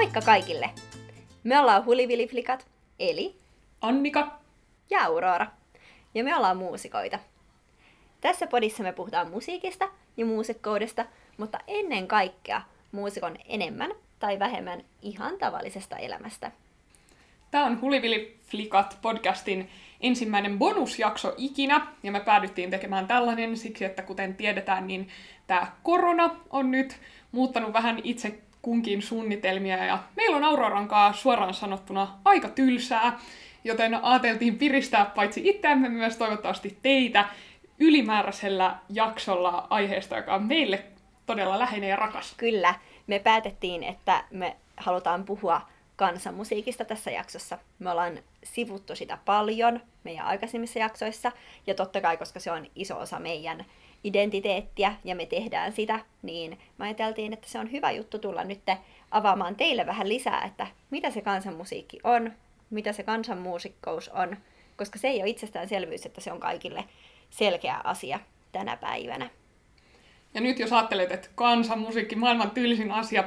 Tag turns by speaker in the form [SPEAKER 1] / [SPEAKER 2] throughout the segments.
[SPEAKER 1] Moikka kaikille! Me ollaan Huliviliflikat, eli
[SPEAKER 2] Annika
[SPEAKER 1] ja Aurora. Ja me ollaan muusikoita. Tässä podissa me puhutaan musiikista ja muusikkoudesta, mutta ennen kaikkea muusikon enemmän tai vähemmän ihan tavallisesta elämästä.
[SPEAKER 2] Tämä on Huliviliflikat podcastin ensimmäinen bonusjakso ikinä, ja me päädyttiin tekemään tällainen siksi, että kuten tiedetään, niin tämä korona on nyt muuttanut vähän itse kunkin suunnitelmia, ja meillä on Auroran kanssa suoraan sanottuna aika tylsää, joten ajateltiin piristää paitsi itseämme myös toivottavasti teitä ylimääräisellä jaksolla aiheesta, joka on meille todella läheinen ja rakas.
[SPEAKER 1] Kyllä, me päätettiin, että me halutaan puhua kansanmusiikista tässä jaksossa. Me ollaan sivuttu sitä paljon meidän aikaisemmissa jaksoissa, ja totta kai, koska se on iso osa meidän identiteettiä ja me tehdään sitä, niin me ajateltiin, että se on hyvä juttu tulla nyt avaamaan teille vähän lisää, että mitä se kansanmusiikki on, mitä se kansanmuusikkous on, koska se ei ole itsestäänselvyys, että se on kaikille selkeä asia tänä päivänä.
[SPEAKER 2] Ja nyt jos ajattelet, että kansanmusiikki, maailman tylsin asia,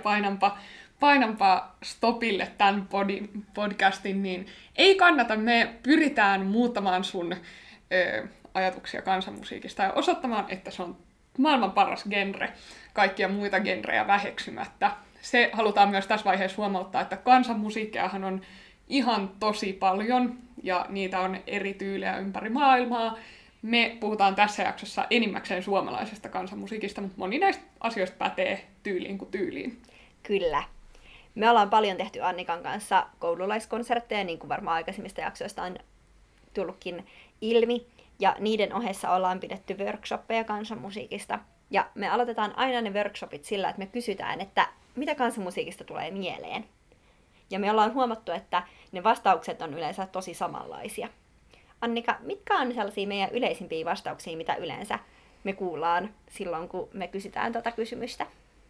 [SPEAKER 2] painanpa stopille tämän podcastin, niin ei kannata. Me pyritään muuttamaan sun ajatuksia kansanmusiikista ja osoittamaan, että se on maailman paras genre, kaikkia muita genrejä väheksymättä. Se halutaan myös tässä vaiheessa huomauttaa, että kansanmusiikkiahan on ihan tosi paljon ja niitä on eri tyylejä ympäri maailmaa. Me puhutaan tässä jaksossa enimmäkseen suomalaisesta kansanmusiikista, mutta moni näistä asioista pätee tyyliin kuin tyyliin.
[SPEAKER 1] Kyllä. Me ollaan paljon tehty Annikan kanssa koululaiskonsertteja, niin kuin varmaan aikaisemmista jaksoista on tullutkin ilmi. Ja niiden ohessa ollaan pidetty workshoppeja kansanmusiikista. Ja me aloitetaan aina ne workshopit sillä, että me kysytään, että mitä kansanmusiikista tulee mieleen. Ja me ollaan huomattu, että ne vastaukset on yleensä tosi samanlaisia. Annika, mitkä on sellaisia meidän yleisimpiä vastauksia, mitä yleensä me kuullaan silloin, kun me kysytään tuota kysymystä?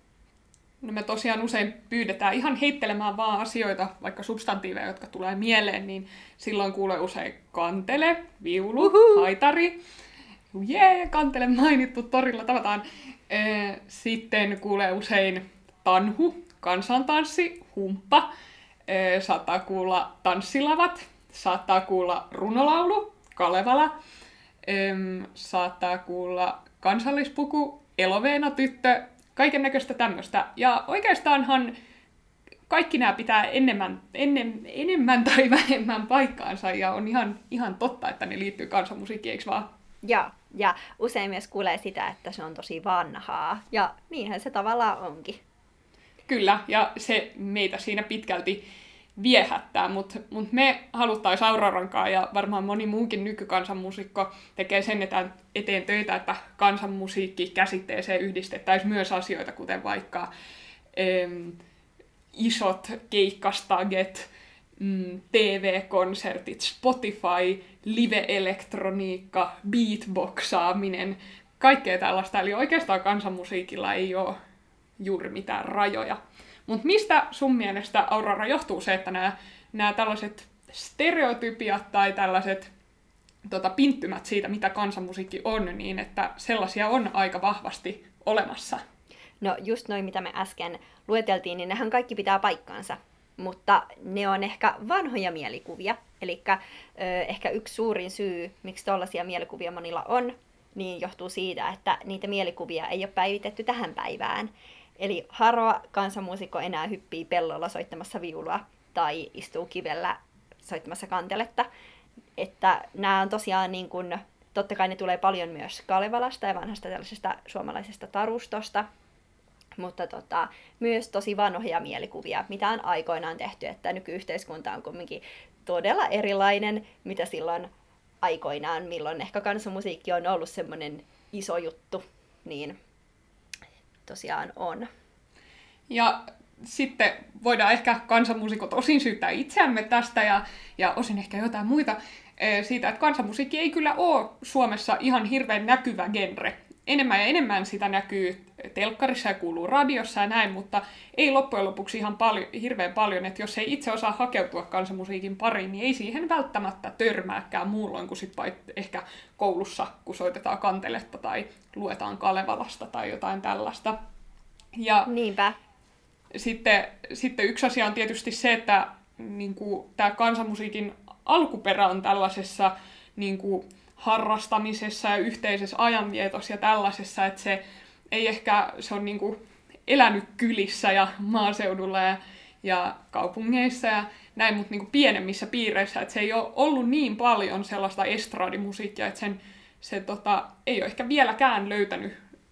[SPEAKER 2] No me tosiaan usein pyydetään ihan heittelemään vaan asioita, vaikka substantiiveja, jotka tulee mieleen, niin silloin kuulee usein kantele, viulu, haitari. Kantele mainittu, torilla tavataan. Sitten kuulee usein tanhu, kansantanssi, humppa. Saattaa kuulla tanssilavat, saattaa kuulla runolaulu, Kalevala. Saattaa kuulla kansallispuku, Eloveena tyttö, kaiken näköistä tämmöistä. Ja oikeastaanhan kaikki nämä pitää enemmän tai vähemmän paikkaansa, ja on ihan totta, että ne liittyy kansanmusiikkiin, eikö vaan?
[SPEAKER 1] Ja usein myös kuulee sitä, että se on tosi vanhaa, ja niinhän se tavallaan onkin.
[SPEAKER 2] Kyllä, ja se meitä siinä pitkälti viehättää, mutta me haluttaisiin Aurorankaan, ja varmaan moni muukin nykykansanmuusikko tekee sen eteen töitä, että kansanmusiikki käsitteeseen yhdistettäisiin myös asioita, kuten vaikka isot keikkastaget, TV-konsertit, Spotify, live-elektroniikka, beatboxaaminen, kaikkea tällaista. Eli oikeastaan kansanmusiikilla ei ole juuri mitään rajoja. Mutta mistä sun mielestä, Aurora, johtuu se, että nämä tällaiset stereotypiat tai tällaiset pinttymät siitä, mitä kansanmusiikki on, niin että sellaisia on aika vahvasti olemassa?
[SPEAKER 1] No just noin, mitä me äsken lueteltiin, niin nehän kaikki pitää paikkaansa. Mutta ne on ehkä vanhoja mielikuvia. Eli ehkä yksi suurin syy, miksi tällaisia mielikuvia monilla on, niin johtuu siitä, että niitä mielikuvia ei ole päivitetty tähän päivään. Eli harva kansanmuusikko enää hyppii pellolla soittamassa viulua tai istuu kivellä soittamassa kanteletta. Että nämä on tosiaan niin kuin, totta kai ne tulee paljon myös Kalevalasta ja vanhasta tällaisesta suomalaisesta tarustosta, mutta myös tosi vanhoja mielikuvia, mitä on aikoinaan tehty, että nykyyhteiskunta on kuitenkin todella erilainen, mitä silloin aikoinaan, milloin ehkä kansanmusiikki on ollut semmoinen iso juttu, niin tosiaan on.
[SPEAKER 2] Ja sitten voidaan ehkä kansanmuusikot osin syyttää itseämme tästä ja osin ehkä jotain muita siitä, että kansanmusiikki ei kyllä ole Suomessa ihan hirveän näkyvä genre. Enemmän ja enemmän sitä näkyy telkkarissa ja kuuluu radiossa ja näin, mutta ei loppujen lopuksi ihan hirveän paljon, että jos ei itse osaa hakeutua kansanmusiikin pariin, niin ei siihen välttämättä törmääkään muulloin kuin sit ehkä koulussa, kun soitetaan kanteletta tai luetaan Kalevalasta tai jotain tällaista. Ja
[SPEAKER 1] niinpä.
[SPEAKER 2] sitten yksi asia on tietysti se, että niin kuin, tämä kansanmusiikin alkuperä on tällaisessa niin kuin, harrastamisessa ja yhteisessä ajanvietossa ja tällaisessa, että se on niin kuin, elänyt kylissä ja maaseudulla ja kaupungeissa ja näin, mutta niin kuin pienemmissä piireissä, että se ei ole ollut niin paljon sellaista estradimusiikkia, että se ei ole ehkä vieläkään löytänyt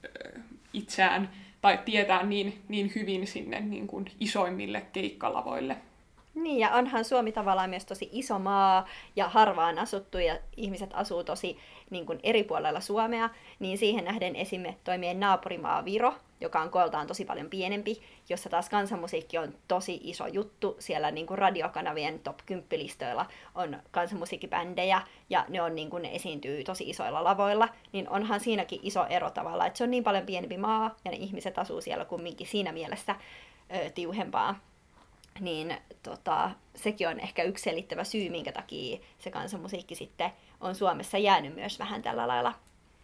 [SPEAKER 2] itseään tai tietää niin hyvin sinne niin kuin isoimmille keikkalavoille.
[SPEAKER 1] Niin, ja onhan Suomi tavallaan myös tosi iso maa ja harvaan asuttu, ja ihmiset asuu tosi niin kuin eri puolella Suomea, niin siihen nähden esimerkiksi toimien naapurimaa Viro, joka on kooltaan tosi paljon pienempi, jossa taas kansanmusiikki on tosi iso juttu. Siellä niin kuin radiokanavien top 10-listoilla on kansanmusiikkibändejä, ja ne esiintyy tosi isoilla lavoilla, niin onhan siinäkin iso ero tavallaan, että se on niin paljon pienempi maa, ja ne ihmiset asuu siellä kumminkin siinä mielessä tiuhempaa. Niin sekin on ehkä yksi selittävä syy, minkä takia se kansanmusiikki sitten on Suomessa jäänyt myös vähän tällä lailla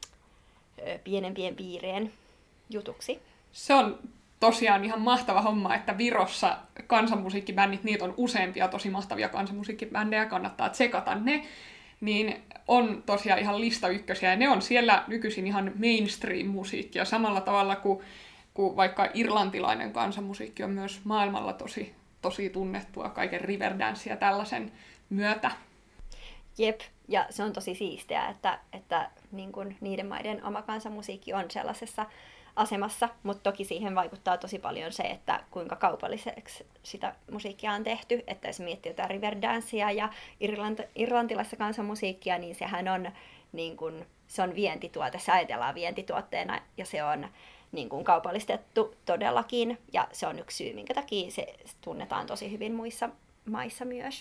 [SPEAKER 1] pienempien piirien jutuksi.
[SPEAKER 2] Se on tosiaan ihan mahtava homma, että Virossa kansanmusiikkibändit, niitä on useampia tosi mahtavia kansanmusiikkibändejä, kannattaa tsekata ne, niin on tosiaan ihan lista ykkösiä, ja ne on siellä nykyisin ihan mainstream-musiikkia, samalla tavalla kuin vaikka irlantilainen kansanmusiikki on myös maailmalla tosi tunnettua kaiken Riverdance ja tällaisen myötä.
[SPEAKER 1] Jep, ja se on tosi siistiä, että niin kuin niiden maiden oma kansanmusiikki on sellaisessa asemassa, mutta toki siihen vaikuttaa tosi paljon se, että kuinka kaupalliseksi sitä musiikkia on tehty. Että jos miettii jotain Riverdancea ja irlantilaista kansanmusiikkia, niin sehän on, niin kuin, se on vientituote, se ajatellaan vientituotteena, ja se on niin kuin kaupallistettu todellakin, ja se on yksi syy, minkä takia se tunnetaan tosi hyvin muissa maissa myös.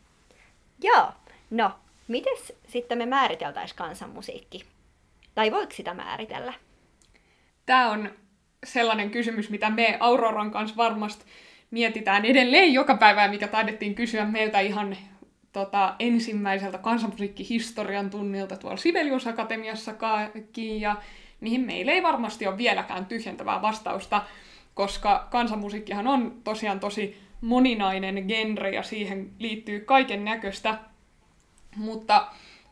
[SPEAKER 1] Joo, no, mites sitten me määriteltäisiin kansanmusiikki? Tai voiko sitä määritellä?
[SPEAKER 2] Tämä on sellainen kysymys, mitä me Auroran kanssa varmasti mietitään edelleen joka päivä, mikä taidettiin kysyä meiltä ihan ensimmäiseltä kansanmusiikkihistorian tunnilta tuolla Sibelius Akatemiassakin, ja mihin meillä ei varmasti ole vieläkään tyhjentävää vastausta, koska kansanmusiikkihan on tosiaan tosi moninainen genre ja siihen liittyy kaiken näköistä. Mutta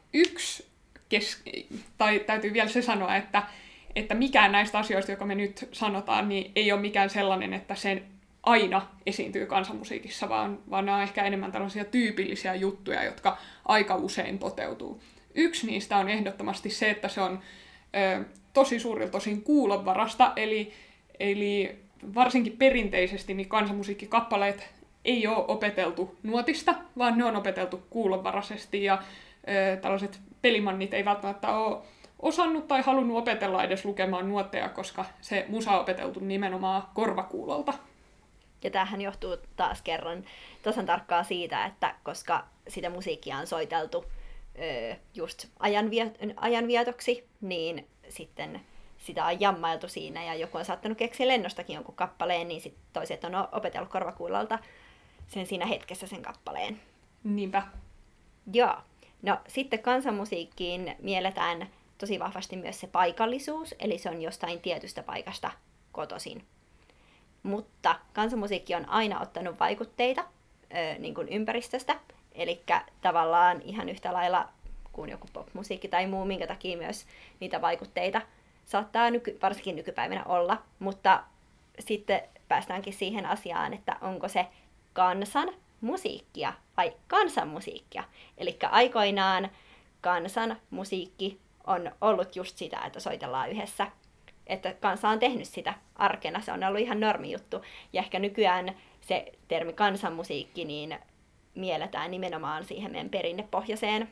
[SPEAKER 2] täytyy vielä se sanoa, että mikään näistä asioista, joka me nyt sanotaan, niin ei ole mikään sellainen, että sen aina esiintyy kansanmusiikissa, vaan nämä on ehkä enemmän tällaisia tyypillisiä juttuja, jotka aika usein toteutuu. Yksi niistä on ehdottomasti se, että se on tosi suurilta osin kuulonvarasta, eli varsinkin perinteisesti niin kansanmusiikkikappaleet ei ole opeteltu nuotista, vaan ne on opeteltu kuulonvaraisesti, ja tällaiset pelimannit ei välttämättä ole osannut tai halunnut opetella edes lukemaan nuotteja, koska se musa on opeteltu nimenomaan korvakuulolta.
[SPEAKER 1] Ja tämähän johtuu taas kerran tasan tarkkaan siitä, että koska sitä musiikkia on soiteltu just ajanvietoksi, niin sitten sitä on jammailtu siinä, ja joku on saattanut keksiä lennostakin jonkun kappaleen, niin sit toiset on opetellut korvakuulolta sen siinä hetkessä sen kappaleen.
[SPEAKER 2] Niinpä.
[SPEAKER 1] Joo. No sitten kansanmusiikkiin mielletään tosi vahvasti myös se paikallisuus, eli se on jostain tietystä paikasta kotoisin. Mutta kansanmusiikki on aina ottanut vaikutteita niin kuin ympäristöstä, eli tavallaan ihan yhtä lailla kuin joku popmusiikki tai muu, minkä takia myös niitä vaikutteita saattaa varsinkin nykypäivänä olla, mutta sitten päästäänkin siihen asiaan, että onko se kansanmusiikkia vai kansanmusiikkia. Eli aikoinaan kansanmusiikki on ollut just sitä, että soitellaan yhdessä, että kansa on tehnyt sitä arkena, se on ollut ihan normijuttu. Ja ehkä nykyään se termi kansanmusiikki niin mielletään nimenomaan siihen meidän perinnepohjaiseen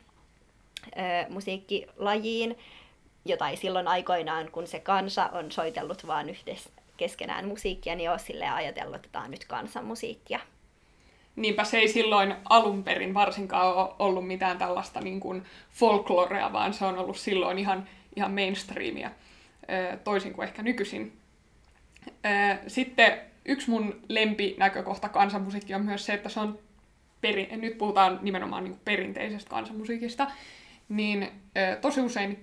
[SPEAKER 1] musiikkilajiin, jota ei silloin aikoinaan, kun se kansa on soitellut vaan yhdessä keskenään musiikkia, niin ole silleen ajatellut, että tämä on nyt kansanmusiikkia.
[SPEAKER 2] Niinpä se ei silloin alun perin varsinkaan ole ollut mitään tällaista niin kuin folklorea, vaan se on ollut silloin ihan mainstreamia, toisin kuin ehkä nykyisin. Sitten yksi mun lempinäkökohta kansanmusiikki on myös se, että se on nyt puhutaan nimenomaan niin kuin perinteisestä kansanmusiikista, niin tosi usein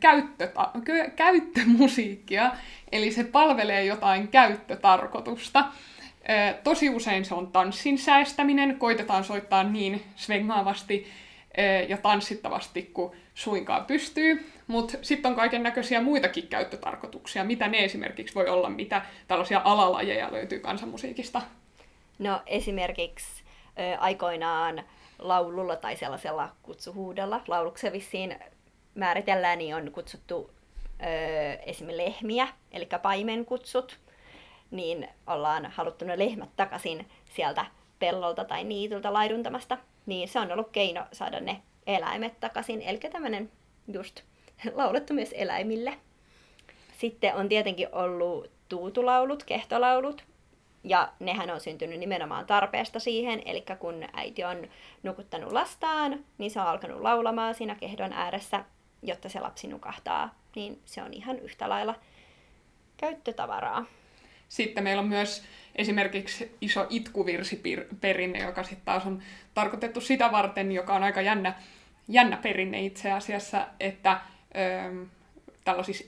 [SPEAKER 2] käyttömusiikkia, eli se palvelee jotain käyttötarkoitusta. Tosi usein se on tanssin säästäminen, koitetaan soittaa niin svengaavasti ja tanssittavasti kuin suinkaan pystyy, mutta sitten on kaiken näköisiä muitakin käyttötarkoituksia. Mitä ne esimerkiksi voi olla, mitä tällaisia alalajeja löytyy kansanmusiikista?
[SPEAKER 1] No esimerkiksi aikoinaan laululla tai sellaisella kutsuhuudella, lauluksi se vissiin määritellään, niin on kutsuttu esimerkiksi lehmiä, eli paimenkutsut, niin ollaan haluttu ne lehmät takaisin sieltä pellolta tai niityltä laiduntamasta, niin se on ollut keino saada ne eläimet takaisin, eli tämmöinen just laulettu myös eläimille. Sitten on tietenkin ollut tuutulaulut, kehtolaulut, ja nehän on syntynyt nimenomaan tarpeesta siihen, eli kun äiti on nukuttanut lastaan, niin se on alkanut laulamaan siinä kehdon ääressä, jotta se lapsi nukahtaa, niin se on ihan yhtä lailla käyttötavaraa.
[SPEAKER 2] Sitten meillä on myös esimerkiksi iso itkuvirsiperinne, joka sitten taas on tarkoitettu sitä varten, joka on aika jännä perinne itse asiassa, että tällaisissa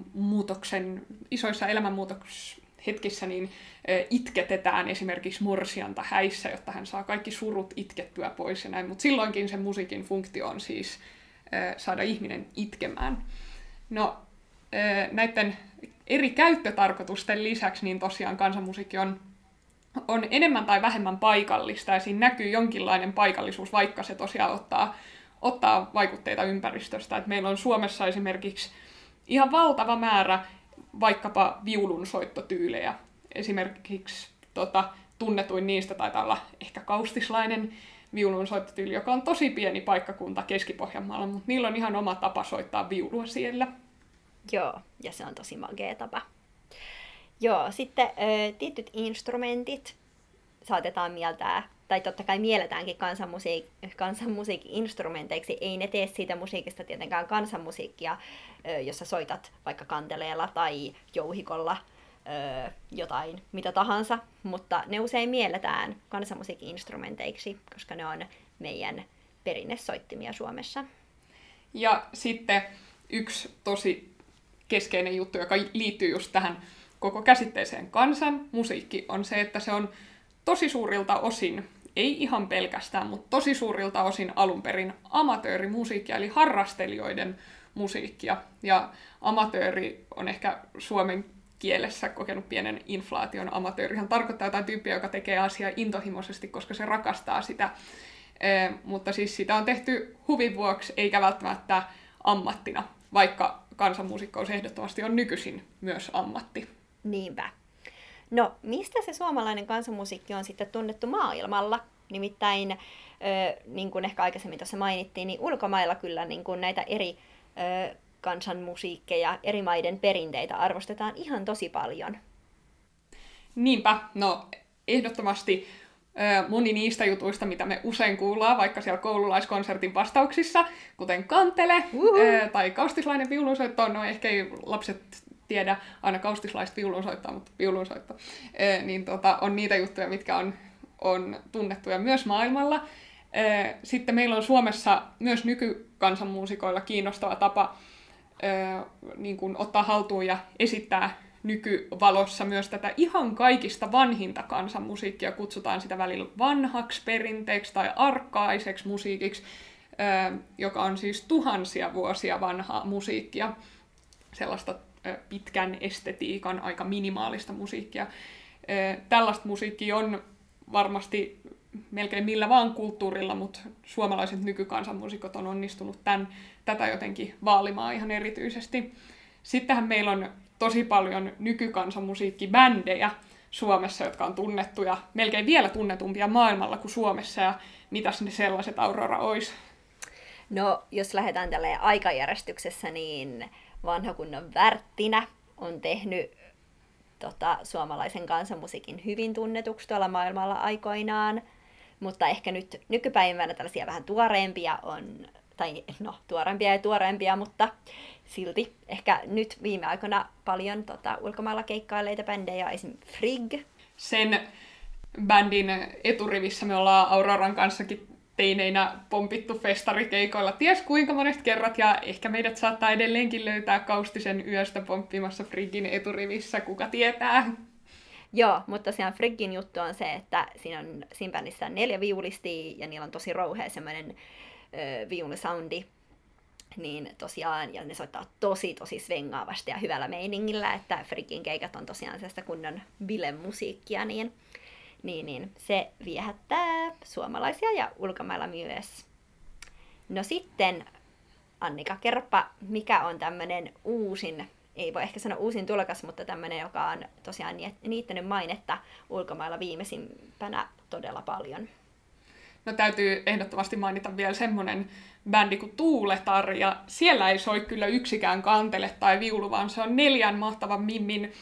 [SPEAKER 2] isoissa elämänmuutoshetkissä niin itketetään esimerkiksi morsianta häissä, jotta hän saa kaikki surut itkettyä pois ja näin, mutta silloinkin sen musiikin funktio on siis saada ihminen itkemään. No, näiden eri käyttötarkoitusten lisäksi niin tosiaan kansanmusiikki on enemmän tai vähemmän paikallista ja siinä näkyy jonkinlainen paikallisuus, vaikka se tosiaan ottaa vaikutteita ympäristöstä. Et meillä on Suomessa esimerkiksi ihan valtava määrä vaikkapa viulunsoittotyylejä. Esimerkiksi tunnetuin niistä taitaa olla ehkä kaustislainen viulunsoittotyyli, joka on tosi pieni paikkakunta Keski-Pohjanmaalla, mutta niillä on ihan oma tapa soittaa viulua siellä.
[SPEAKER 1] Joo, ja se on tosi magea tapa. Joo, sitten tietyt instrumentit saatetaan mieltää, tai totta kai mielletäänkin kansanmusiikin instrumenteiksi. Ei ne tee siitä musiikista tietenkään kansanmusiikkia, jossa soitat vaikka kanteleella tai jouhikolla jotain, mitä tahansa, mutta ne usein mielletään kansanmusiikin instrumenteiksi, koska ne on meidän perinnesoittimia Suomessa.
[SPEAKER 2] Ja sitten yksi tosi keskeinen juttu, joka liittyy just tähän koko käsitteeseen kansanmusiikki, on se, että se on tosi suurilta osin, ei ihan pelkästään, mutta tosi suurilta osin alun perin amatöörimusiikkia, eli harrastelijoiden musiikkia. Ja amatööri on ehkä suomen kielessä kokenut pienen inflaation. Amatöörihan tarkoittaa jotain tyyppiä, joka tekee asiaa intohimoisesti, koska se rakastaa sitä. Mutta siis sitä on tehty huvin vuoksi, eikä välttämättä ammattina, vaikka kansanmusiikkous ehdottomasti on nykyisin myös ammatti.
[SPEAKER 1] Niinpä. No, mistä se suomalainen kansanmusiikki on sitten tunnettu maailmalla? Nimittäin, niin kuin ehkä aikaisemmin tuossa mainittiin, niin ulkomailla kyllä niin kuin näitä eri kansanmusiikkeja, eri maiden perinteitä arvostetaan ihan tosi paljon.
[SPEAKER 2] Niinpä, no ehdottomasti moni niistä jutuista, mitä me usein kuullaan, vaikka siellä koululaiskonsertin vastauksissa, kuten kantele tai kaustislainen viulunsoitto, no ehkä ei lapset tiedä aina kaustislaista viulunsoittoa, mutta viulunsoitto, niin on niitä juttuja, mitkä on tunnettuja myös maailmalla. Sitten meillä on Suomessa myös nykykansanmuusikoilla kiinnostava tapa niin kuin ottaa haltuun ja esittää nykyvalossa myös tätä ihan kaikista vanhinta kansanmusiikkia. Kutsutaan sitä välillä vanhaksi perinteeksi tai arkkaiseksi musiikiksi, joka on siis tuhansia vuosia vanhaa musiikkia. Sellaista pitkän estetiikan, aika minimaalista musiikkia. Tällaista musiikkia on varmasti melkein millä vaan kulttuurilla, mutta suomalaiset nykykansanmuusikot on onnistunut tätä jotenkin vaalimaan ihan erityisesti. Sittenhän meillä on tosi paljon nykykansanmusiikkibändejä Suomessa, jotka on tunnettuja, melkein vielä tunnetumpia maailmalla kuin Suomessa, ja mitäs ne sellaiset, Aurora, ois?
[SPEAKER 1] No, jos lähdetään tälleen aikajärjestyksessä, niin vanha kunnon Värttinä on tehnyt suomalaisen kansanmusiikin hyvin tunnetuksi tuolla maailmalla aikoinaan, mutta ehkä nyt nykypäivänä tällaisia vähän tuoreempia on, tai no tuoreempia ja tuoreempia, mutta silti ehkä nyt viime aikoina paljon ulkomailla keikkailleita bändejä, esimerkiksi Frigg.
[SPEAKER 2] Sen bändin eturivissä me ollaan Auroran kanssakin teineinä pompittu festarikeikoilla ties kuinka monet kerrat, ja ehkä meidät saattaa edelleenkin löytää Kaustisen yöstä pomppimassa Friggin eturivissä, kuka tietää.
[SPEAKER 1] Joo, mutta tosiaan Friggin juttu on se, että siinä bändissä on 4 viulistia ja niillä on tosi rouhea semmoinen viulisoundi. Niin tosiaan, ja ne soittaa tosi svengaavasti ja hyvällä meiningillä, että Friggin keikat on tosiaan sellaista kunnon bilemusiikkia, niin se viehättää suomalaisia ja ulkomailla myös. No sitten, Annika, kerropa, mikä on tämmönen uusin, ei voi ehkä sanoa uusin tulokas, mutta tämmönen, joka on tosiaan niittänyt mainetta ulkomailla viimeisimpänä todella paljon.
[SPEAKER 2] No täytyy ehdottomasti mainita vielä semmonen bändi kuin Tuuletar, ja siellä ei soi kyllä yksikään kantele tai viulu, vaan se on 4 mahtavan mimmin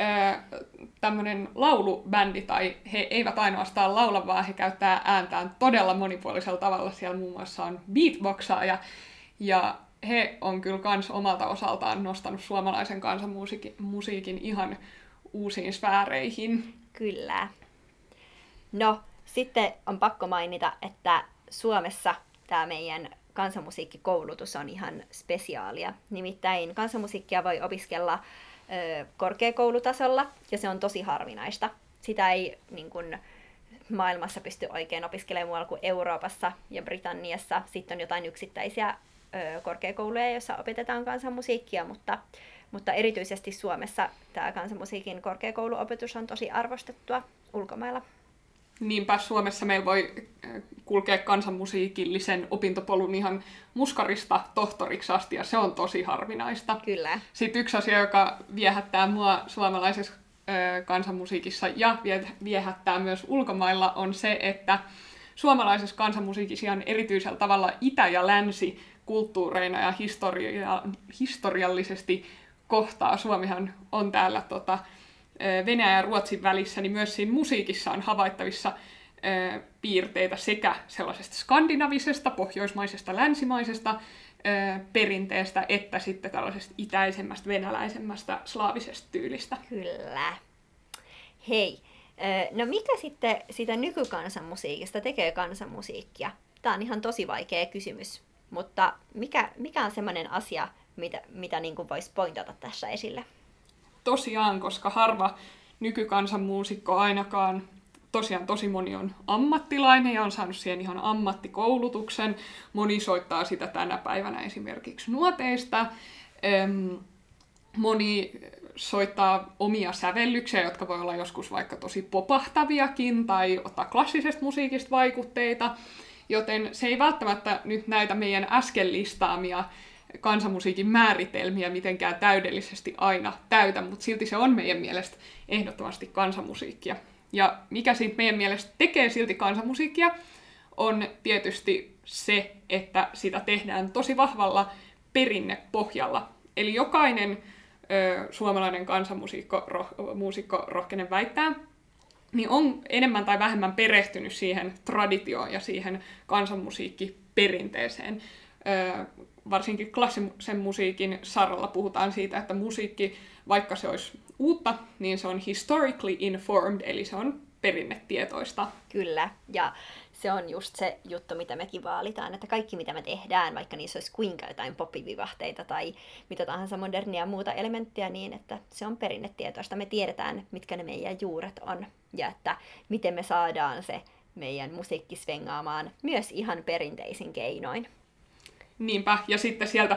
[SPEAKER 2] tämmönen laulubändi, tai he eivät ainoastaan laula, vaan he käyttää ääntään todella monipuolisella tavalla. Siellä muun muassa on beatboxaaja, ja he on kyllä kans omalta osaltaan nostanut suomalaisen kansanmusiikin ihan uusiin sfääreihin.
[SPEAKER 1] Kyllä. No, sitten on pakko mainita, että Suomessa tämä meidän kansanmusiikkikoulutus on ihan spesiaalia. Nimittäin kansanmusiikkia voi opiskella korkeakoulutasolla, ja se on tosi harvinaista. Sitä ei niin kun, maailmassa pysty oikein opiskelemaan muualla kuin Euroopassa ja Britanniassa. Sitten on jotain yksittäisiä korkeakouluja, joissa opetetaan kansanmusiikkia, mutta erityisesti Suomessa tämä kansanmusiikin korkeakouluopetus on tosi arvostettua ulkomailla.
[SPEAKER 2] Niinpä Suomessa meillä voi kulkea kansanmusiikillisen opintopolun ihan muskarista tohtoriksi asti, ja se on tosi harvinaista.
[SPEAKER 1] Kyllä.
[SPEAKER 2] Sitten yksi asia, joka viehättää mua suomalaisessa kansanmusiikissa ja viehättää myös ulkomailla, on se, että suomalaisessa kansanmusiikissa ihan erityisellä tavalla itä- ja länsi kulttuureina ja historiallisesti kohtaa. Suomihan on täällä Venäjän ja Ruotsin välissä, niin myös siinä musiikissa on havaittavissa piirteitä sekä sellaisesta skandinavisesta, pohjoismaisesta, länsimaisesta perinteestä, että sitten tällaisesta itäisemmästä, venäläisemmästä, slaavisesta tyylistä.
[SPEAKER 1] Kyllä. Hei, no mikä sitten sitä nykykansanmusiikista tekee kansanmusiikkia? Tämä on ihan tosi vaikea kysymys, mutta mikä on semmoinen asia, mitä niin kuin voisi pointata tässä esille?
[SPEAKER 2] Tosiaan, koska harva nykykansanmuusikko ainakaan, tosiaan tosi moni on ammattilainen ja on saanut siihen ihan ammattikoulutuksen. Moni soittaa sitä tänä päivänä esimerkiksi nuoteista. Moni soittaa omia sävellyksiä, jotka voi olla joskus vaikka tosi popahtaviakin tai ottaa klassisesta musiikista vaikutteita. Joten se ei välttämättä nyt näitä meidän äsken listaamia kansanmusiikin määritelmiä mitenkään täydellisesti aina täytä, mutta silti se on meidän mielestä ehdottomasti kansanmusiikkia. Ja mikä siitä meidän mielestä tekee silti kansanmusiikkia, on tietysti se, että sitä tehdään tosi vahvalla perinnepohjalla. Eli jokainen suomalainen kansanmuusikko rohkenen väittää, niin on enemmän tai vähemmän perehtynyt siihen traditioon ja siihen kansanmusiikkiperinteeseen. Varsinkin klassisen musiikin saralla puhutaan siitä, että musiikki, vaikka se olisi uutta, niin se on historically informed, eli se on perinnetietoista.
[SPEAKER 1] Kyllä, ja se on just se juttu, mitä mekin vaalitaan, että kaikki mitä me tehdään, vaikka niissä olisi kuinka jotain poppivivahteita tai mitä tahansa modernia ja muuta elementtiä, niin että se on perinnetietoista. Me tiedetään, mitkä ne meidän juuret on, ja että miten me saadaan se meidän musiikki svengaamaan myös ihan perinteisin keinoin.
[SPEAKER 2] Niinpä, ja sitten sieltä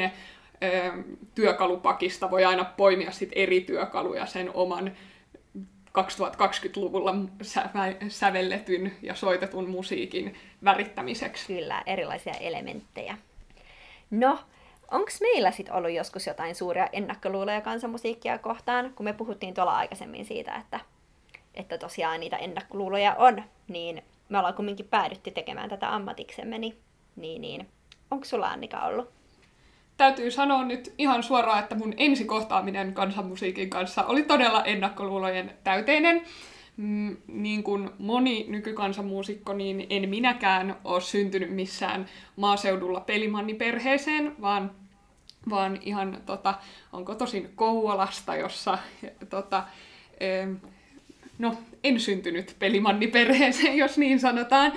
[SPEAKER 2] työkalupakista voi aina poimia sit eri työkaluja sen oman 2020-luvulla sävelletyn ja soitetun musiikin värittämiseksi.
[SPEAKER 1] Kyllä, erilaisia elementtejä. No, onko meillä sitten ollut joskus jotain suuria ennakkoluuloja kansanmusiikkia kohtaan, kun me puhuttiin tuolla aikaisemmin siitä, että tosiaan niitä ennakkoluuloja on, niin me ollaan kumminkin päädytty tekemään tätä ammatiksemme, niin onko sulla, Annika, ollut?
[SPEAKER 2] Täytyy sanoa nyt ihan suoraan, että mun ensikohtaaminen kansanmusiikin kanssa oli todella ennakkoluulojen täyteinen. Niin kuin moni nykykansanmuusikko, niin en minäkään ole syntynyt missään maaseudulla pelimanniperheeseen, vaan ihan onko tosin Kouvolasta, jossa en syntynyt pelimanniperheeseen, jos niin sanotaan.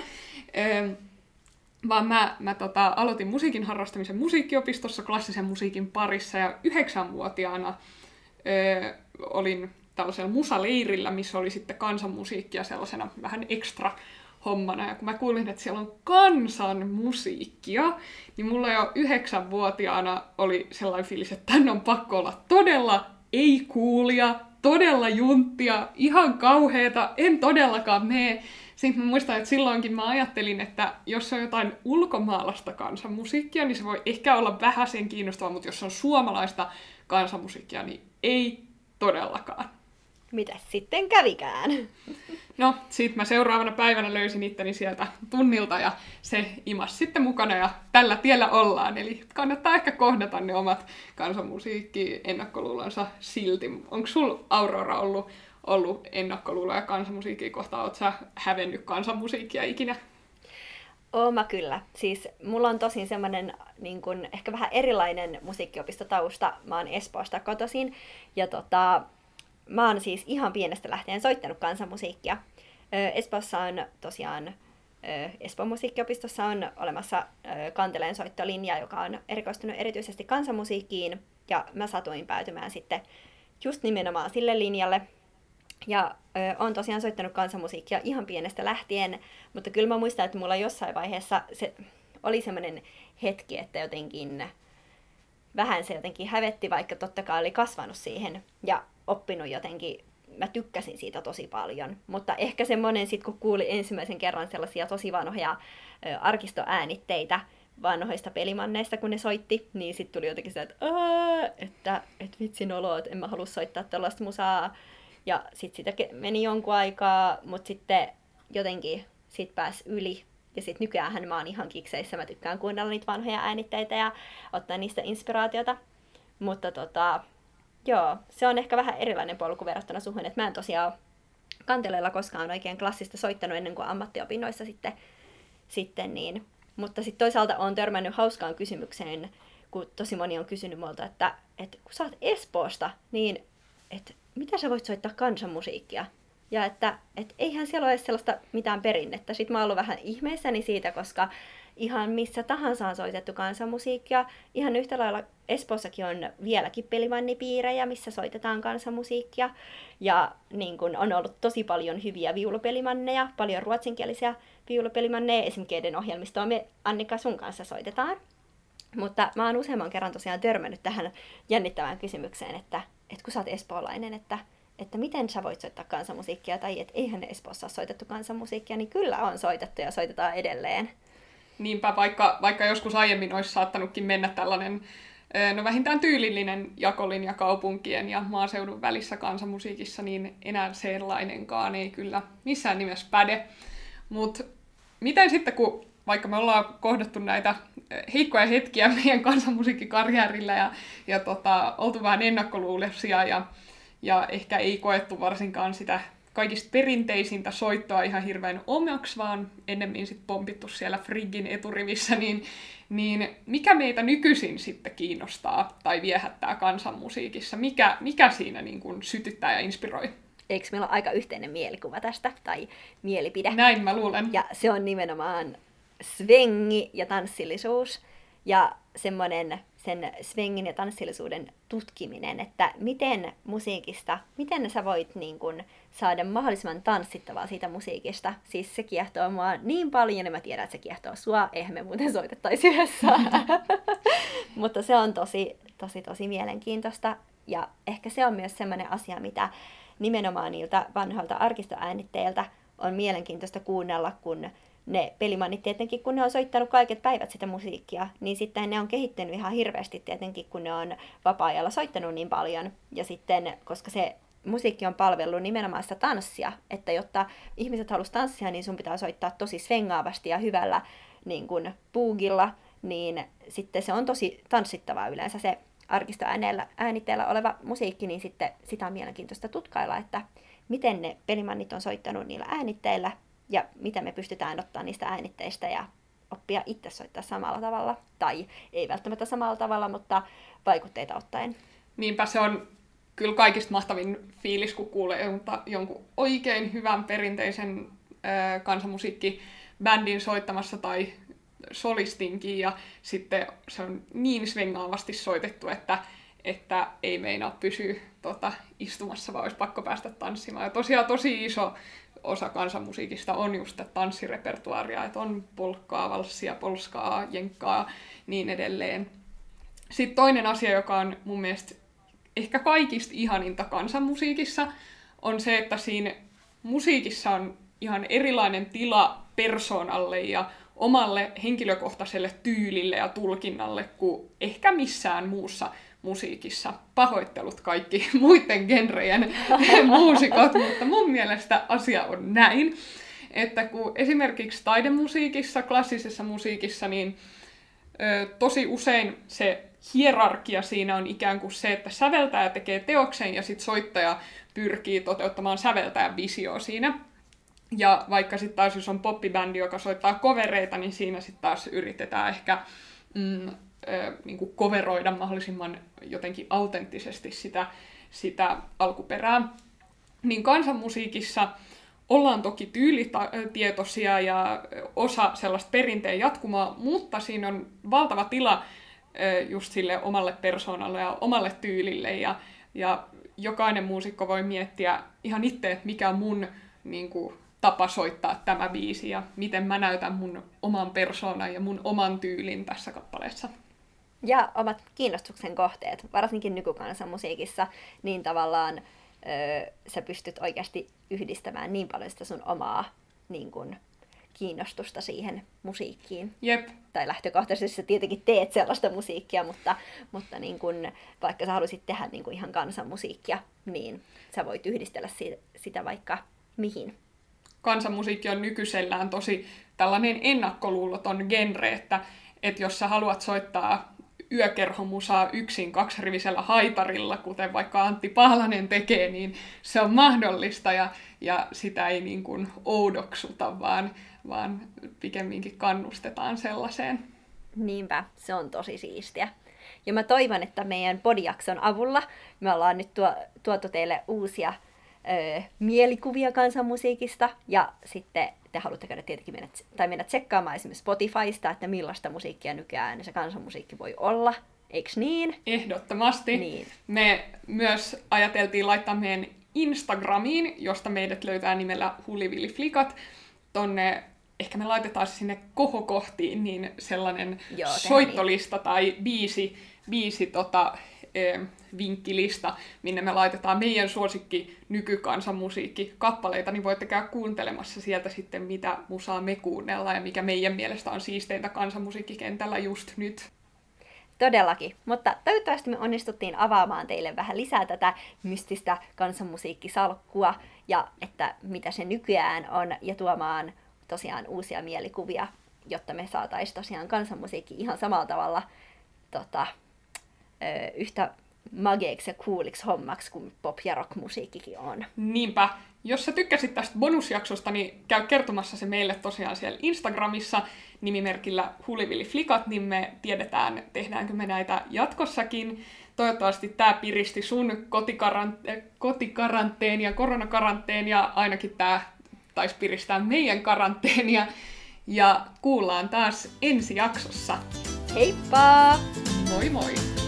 [SPEAKER 2] Vaan mä aloitin musiikin harrastamisen musiikkiopistossa klassisen musiikin parissa, ja 9-vuotiaana olin tällaisella musaleirillä, missä oli sitten kansanmusiikkia sellaisena vähän ekstra hommana. Ja kun mä kuulin, että siellä on kansanmusiikkia, niin mulla jo 9-vuotiaana oli sellainen fiilis, että tän on pakko olla todella ei-kuulia, todella junttia, ihan kauheeta, en todellakaan mene. Sitten mä muistan, että silloinkin mä ajattelin, että jos on jotain ulkomaalaista kansanmusiikkia, niin se voi ehkä olla vähäsen kiinnostavaa, mutta jos on suomalaista kansanmusiikkia, niin ei todellakaan.
[SPEAKER 1] Mitäs sitten kävikään?
[SPEAKER 2] No, sit mä seuraavana päivänä löysin itteni sieltä tunnilta ja se imas sitten mukana ja tällä tiellä ollaan. Eli kannattaa ehkä kohdata ne omat kansanmusiikki-ennakkoluulonsa silti. Onko sul, Aurora, ollut ennakkoluuloja kansanmusiikkia kohtaan? Ootko sä hävennyt kansanmusiikkia ikinä?
[SPEAKER 1] Ooma kyllä. Siis mulla on tosin semmoinen niin kun, ehkä vähän erilainen musiikkiopistotausta. Mä oon Espoosta kotoisin ja mä oon siis ihan pienestä lähtien soittanut kansanmusiikkia. Espoossa on tosiaan, Espoon musiikkiopistossa on olemassa kanteleen soittolinja, joka on erikoistunut erityisesti kansanmusiikkiin. Ja mä satuin päätymään sitten just nimenomaan sille linjalle. Ja oon tosiaan soittanut kansanmusiikkia ihan pienestä lähtien, mutta kyllä mä muistan, että mulla jossain vaiheessa se oli semmoinen hetki, että jotenkin vähän se jotenkin hävetti, vaikka totta kai oli kasvanut siihen ja oppinut jotenkin, mä tykkäsin siitä tosi paljon. Mutta ehkä semmoinen sit, kun kuuli ensimmäisen kerran sellaisia tosi vanhoja arkistoäänitteitä vanhoista pelimanneista, kun ne soitti, niin sitten tuli jotenkin se, että vitsin olo, että en mä halua soittaa tällaista musaa. Ja sitten sitä meni jonkun aikaa, mutta sitten jotenkin sit pääsi yli. Ja sitten nykyäänhän mä oon ihan kikseissä, mä tykkään kuunnella niitä vanhoja äänitteitä ja ottaa niistä inspiraatiota. Mutta joo, se on ehkä vähän erilainen polku verrattuna suhun, että mä en tosiaan kanteleella koskaan oikein klassista soittanut ennen kuin ammattiopinnoissa sitten niin. Mutta sitten toisaalta olen törmännyt hauskaan kysymykseen, kun tosi moni on kysynyt multa, että kun sä oot Espoosta, niin että mitä sä voit soittaa kansanmusiikkia? Ja että eihän siellä ole sellaista mitään perinnettä. Sitten mä oon ollut vähän ihmeissäni siitä, koska ihan missä tahansa on soitettu kansanmusiikkia. Ihan yhtä lailla Espoossakin on vieläkin pelimannipiirejä, missä soitetaan kansanmusiikkia. Ja niin kun on ollut tosi paljon hyviä viulupelimanneja, paljon ruotsinkielisiä viulupelimanneja. Esimerkiksi keiden ohjelmistoa me Annika sun kanssa soitetaan. Mutta mä oon useamman kerran tosiaan törmännyt tähän jännittävään kysymykseen, että kun sä oot espoolainen, että miten sä voit soittaa kansanmusiikkia, tai että eihän Espoossa ole soitettu kansanmusiikkia, niin kyllä on soitettu ja soitetaan edelleen.
[SPEAKER 2] Niinpä, vaikka joskus aiemmin olisi saattanutkin mennä tällainen vähintään tyylillinen jakolinja kaupunkien ja maaseudun välissä kansanmusiikissa, niin enää sellainenkaan ei kyllä missään nimessä päde. Mutta miten sitten, kun vaikka me ollaan kohdattu näitä heikkoja hetkiä meidän kansanmusiikkikarjäärillä ja oltu vähän ennakkoluuloisia ja ehkä ei koettu varsinkaan sitä kaikista perinteisintä soittoa ihan hirveän omaksi, vaan ennemmin sit pompittu siellä Friggin eturivissä, niin mikä meitä nykyisin sitten kiinnostaa tai viehättää kansanmusiikissa? Mikä siinä niin kun sytyttää ja inspiroi?
[SPEAKER 1] Eikö meillä ole aika yhteinen mielikuva tästä, tai mielipide?
[SPEAKER 2] Näin mä luulen.
[SPEAKER 1] Ja se on nimenomaan svengi ja tanssillisuus. Ja semmoinen sen svengin ja tanssillisuuden tutkiminen, että miten sä voit niin kun saada mahdollisimman tanssittavaa siitä musiikista. Siis se kiehtoo mua niin paljon, ja mä tiedän, että se kiehtoo sua, eihän me muuten soitettaisi yhdessä. Mutta se on tosi mielenkiintoista, ja ehkä se on myös semmoinen asia, mitä nimenomaan niiltä vanhoilta arkistoäänitteiltä on mielenkiintoista kuunnella, kun ne pelimannit tietenkin, kun ne on soittanut kaiket päivät sitä musiikkia, niin sitten ne on kehittynyt ihan hirveästi tietenkin, kun ne on vapaa-ajalla soittanut niin paljon. Ja sitten, koska se musiikki on palvellut nimenomaan sitä tanssia, että jotta ihmiset haluaisi tanssia, niin sun pitää soittaa tosi svengaavasti ja hyvällä niin kuin boogilla, niin sitten se on tosi tanssittavaa yleensä se arkistoäänitteellä oleva musiikki, niin sitten sitä on mielenkiintoista tutkailla, että miten ne pelimannit on soittanut niillä äänitteillä, ja mitä me pystytään ottaa niistä äänitteistä ja oppia itse soittaa samalla tavalla. Tai ei välttämättä samalla tavalla, mutta vaikutteita ottaen.
[SPEAKER 2] Niinpä se on kyllä kaikista mahtavin fiilis, kun kuulee jonkun oikein hyvän perinteisen kansanmusiikkibändin soittamassa tai solistinkin. Ja sitten se on niin svengaavasti soitettu, että että ei meinaa pysyä istumassa, vaan olisi pakko päästä tanssimaan. Ja tosiaan tosi iso osa kansanmusiikista on just tanssirepertuaaria, että on polkkaa, valssia, polskaa, jenkkaa, niin edelleen. Sitten toinen asia, joka on mun mielestä ehkä kaikista ihaninta kansanmusiikissa, on se, että siinä musiikissa on ihan erilainen tila persoonalle ja omalle henkilökohtaiselle tyylille ja tulkinnalle kuin ehkä missään muussa musiikissa. Pahoittelut kaikki muiden genrejen muusikot, mutta mun mielestä asia on näin, että kun esimerkiksi taidemusiikissa, klassisessa musiikissa, niin tosi usein se hierarkia siinä on ikään kuin se, että säveltäjä tekee teoksen ja sitten soittaja pyrkii toteuttamaan säveltäjän visio siinä. Ja vaikka sitten taas jos on poppibändi, joka soittaa covereita, niin siinä sitten taas yritetään ehkä niinku coveroida mahdollisimman jotenkin autenttisesti sitä alkuperää. Niin kansanmusiikissa ollaan toki tyylitietoisia ja osa sellaista perinteen jatkumaa, mutta siinä on valtava tila just sille omalle persoonalle ja omalle tyylille. Ja jokainen muusikko voi miettiä ihan itse, että mikä on mun niinku tapa soittaa tämä biisi ja miten mä näytän mun oman persoonan ja mun oman tyylin tässä kappaleessa.
[SPEAKER 1] Ja omat kiinnostuksen kohteet, varsinkin nykykansanmusiikissa, niin tavallaan sä pystyt oikeasti yhdistämään niin paljon sitä sun omaa niin kun, kiinnostusta siihen musiikkiin.
[SPEAKER 2] Jep.
[SPEAKER 1] Tai lähtökohtaisesti sä tietenkin teet sellaista musiikkia, mutta niin kun, vaikka sä haluaisit tehdä niin kun ihan kansanmusiikkia, niin sä voit yhdistellä sitä vaikka mihin.
[SPEAKER 2] Kansanmusiikki on nykyisellään tosi tällainen ennakkoluuloton genre, että jos sä haluat soittaa yökerhomusaa yksin kaksirivisellä haitarilla, kuten vaikka Antti Pahlanen tekee, niin se on mahdollista ja sitä ei niin kuin oudoksuta, vaan pikemminkin kannustetaan sellaiseen.
[SPEAKER 1] Niinpä, se on tosi siistiä. Ja mä toivon, että meidän podijakson avulla me ollaan nyt tuotu teille uusia mielikuvia kansanmusiikista, ja sitten te haluatte käydä tietenkin mennä tsekkaamaan esimerkiksi Spotifysta, että millaista musiikkia nykyään se kansanmusiikki voi olla, eiks niin?
[SPEAKER 2] Ehdottomasti.
[SPEAKER 1] Niin.
[SPEAKER 2] Me myös ajateltiin laittaa meidän Instagramiin, josta meidät löytää nimellä Hulivilliflikat, tonne, ehkä me laitetaan sinne kohokohtiin, niin sellainen soittolista tai biisi vinkkilista, minne me laitetaan meidän suosikki nykykansanmusiikkikappaleita, niin voitte käydä kuuntelemassa sieltä sitten, mitä musaa me kuunnellaan ja mikä meidän mielestä on siisteintä kansanmusiikkikentällä just nyt.
[SPEAKER 1] Todellakin, mutta toivottavasti me onnistuttiin avaamaan teille vähän lisää tätä mystistä kansanmusiikkisalkkua ja että mitä se nykyään on ja tuomaan tosiaan uusia mielikuvia, jotta me saataisiin tosiaan kansanmusiikki ihan samalla tavalla yhtä mageiksi ja cooliksi hommaksi kuin pop- ja rock-musiikkikin on.
[SPEAKER 2] Niinpä. Jos sä tykkäsit tästä bonusjaksosta, niin käy kertomassa se meille tosiaan siellä Instagramissa nimimerkillä Hulivilliflikat, niin me tiedetään, tehdäänkö me näitä jatkossakin. Toivottavasti tää piristi sun kotikaranteenia, koronakaranteenia, ainakin tää taisi piristää meidän karanteenia. Ja kuullaan taas ensi jaksossa.
[SPEAKER 1] Heippa!
[SPEAKER 2] Moi moi!